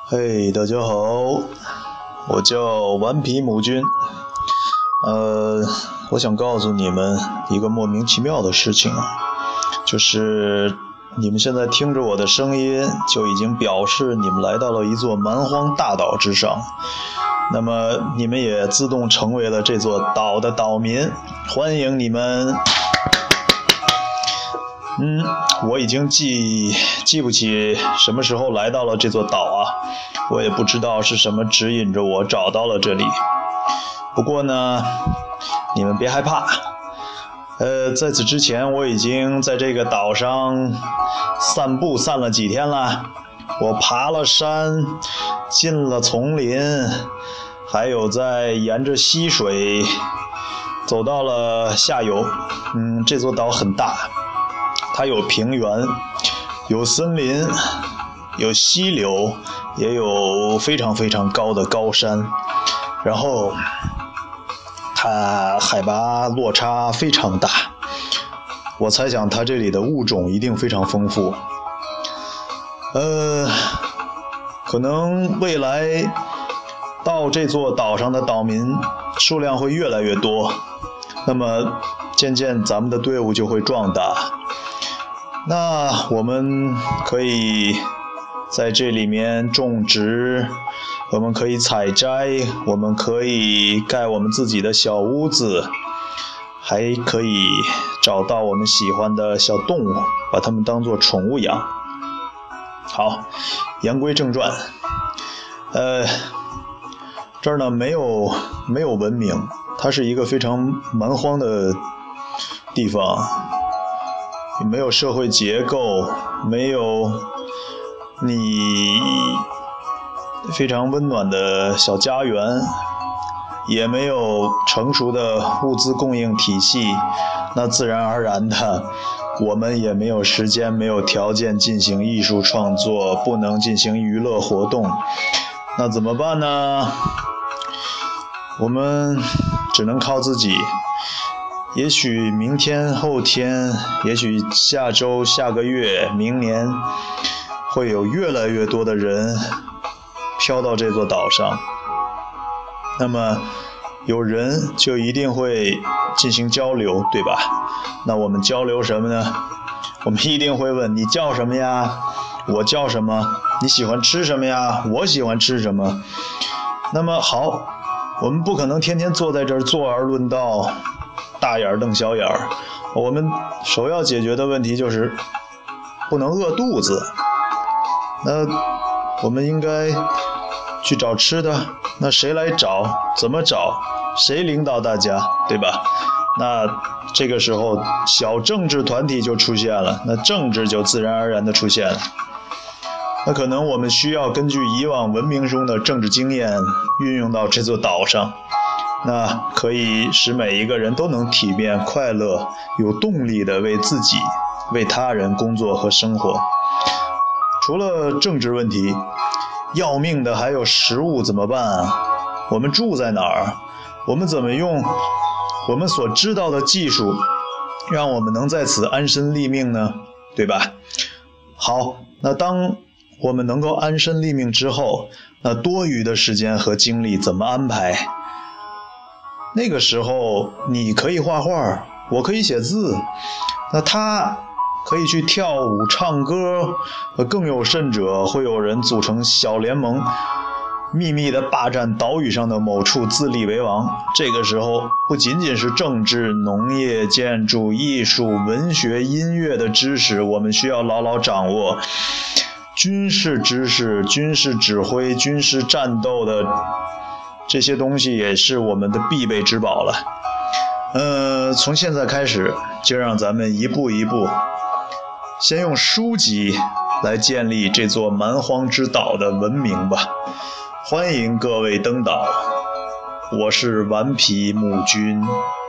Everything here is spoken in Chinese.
嘿，大家好，我叫顽皮母君。我想告诉你们一个莫名其妙的事情，就是你们现在听着我的声音，就已经表示你们来到了一座蛮荒大岛之上。那么你们也自动成为了这座岛的岛民，欢迎你们。我已经记不起什么时候来到了这座岛啊，我也不知道是什么指引着我找到了这里。不过呢，你们别害怕。在此之前我已经在这个岛上散步散了几天了，我爬了山，进了丛林，还有在沿着溪水走到了下游。这座岛很大，它有平原，有森林，有溪流，也有非常非常高的高山，然后它海拔落差非常大，我猜想它这里的物种一定非常丰富。可能未来到这座岛上的岛民数量会越来越多，那么渐渐咱们的队伍就会壮大。那我们可以在这里面种植，我们可以采摘，我们可以盖我们自己的小屋子，还可以找到我们喜欢的小动物，把它们当作宠物养。好，言归正传。这儿呢没有文明，它是一个非常蛮荒的地方，没有社会结构，没有你非常温暖的小家园，也没有成熟的物资供应体系，那自然而然的我们也没有时间，没有条件进行艺术创作，不能进行娱乐活动。那怎么办呢？我们只能靠自己。也许明天后天，也许下周下个月明年，会有越来越多的人飘到这座岛上。那么有人就一定会进行交流，对吧？那我们交流什么呢？我们一定会问，你叫什么呀？我叫什么？你喜欢吃什么呀？我喜欢吃什么？那么好，我们不可能天天坐在这儿坐而论道，大眼瞪小眼儿。我们首要解决的问题就是不能饿肚子。那我们应该去找吃的，那谁来找？怎么找？谁领导大家，对吧？那这个时候小政治团体就出现了，那政治就自然而然的出现了。那可能我们需要根据以往文明中的政治经验运用到这座岛上，那可以使每一个人都能体面、快乐、有动力的为自己、为他人工作和生活。除了政治问题，要命的还有食物怎么办啊？我们住在哪儿？我们怎么用我们所知道的技术，让我们能在此安身立命呢？对吧？好，那当我们能够安身立命之后，那多余的时间和精力怎么安排？那个时候你可以画画，我可以写字，那他可以去跳舞唱歌，更有甚者会有人组成小联盟，秘密地霸占岛屿上的某处，自立为王。这个时候不仅仅是政治、农业、建筑、艺术、文学、音乐的知识我们需要牢牢掌握，军事知识、军事指挥、军事战斗的这些东西也是我们的必备之宝了。从现在开始就让咱们一步一步先用书籍来建立这座蛮荒之岛的文明吧。欢迎各位登岛，我是顽皮母君。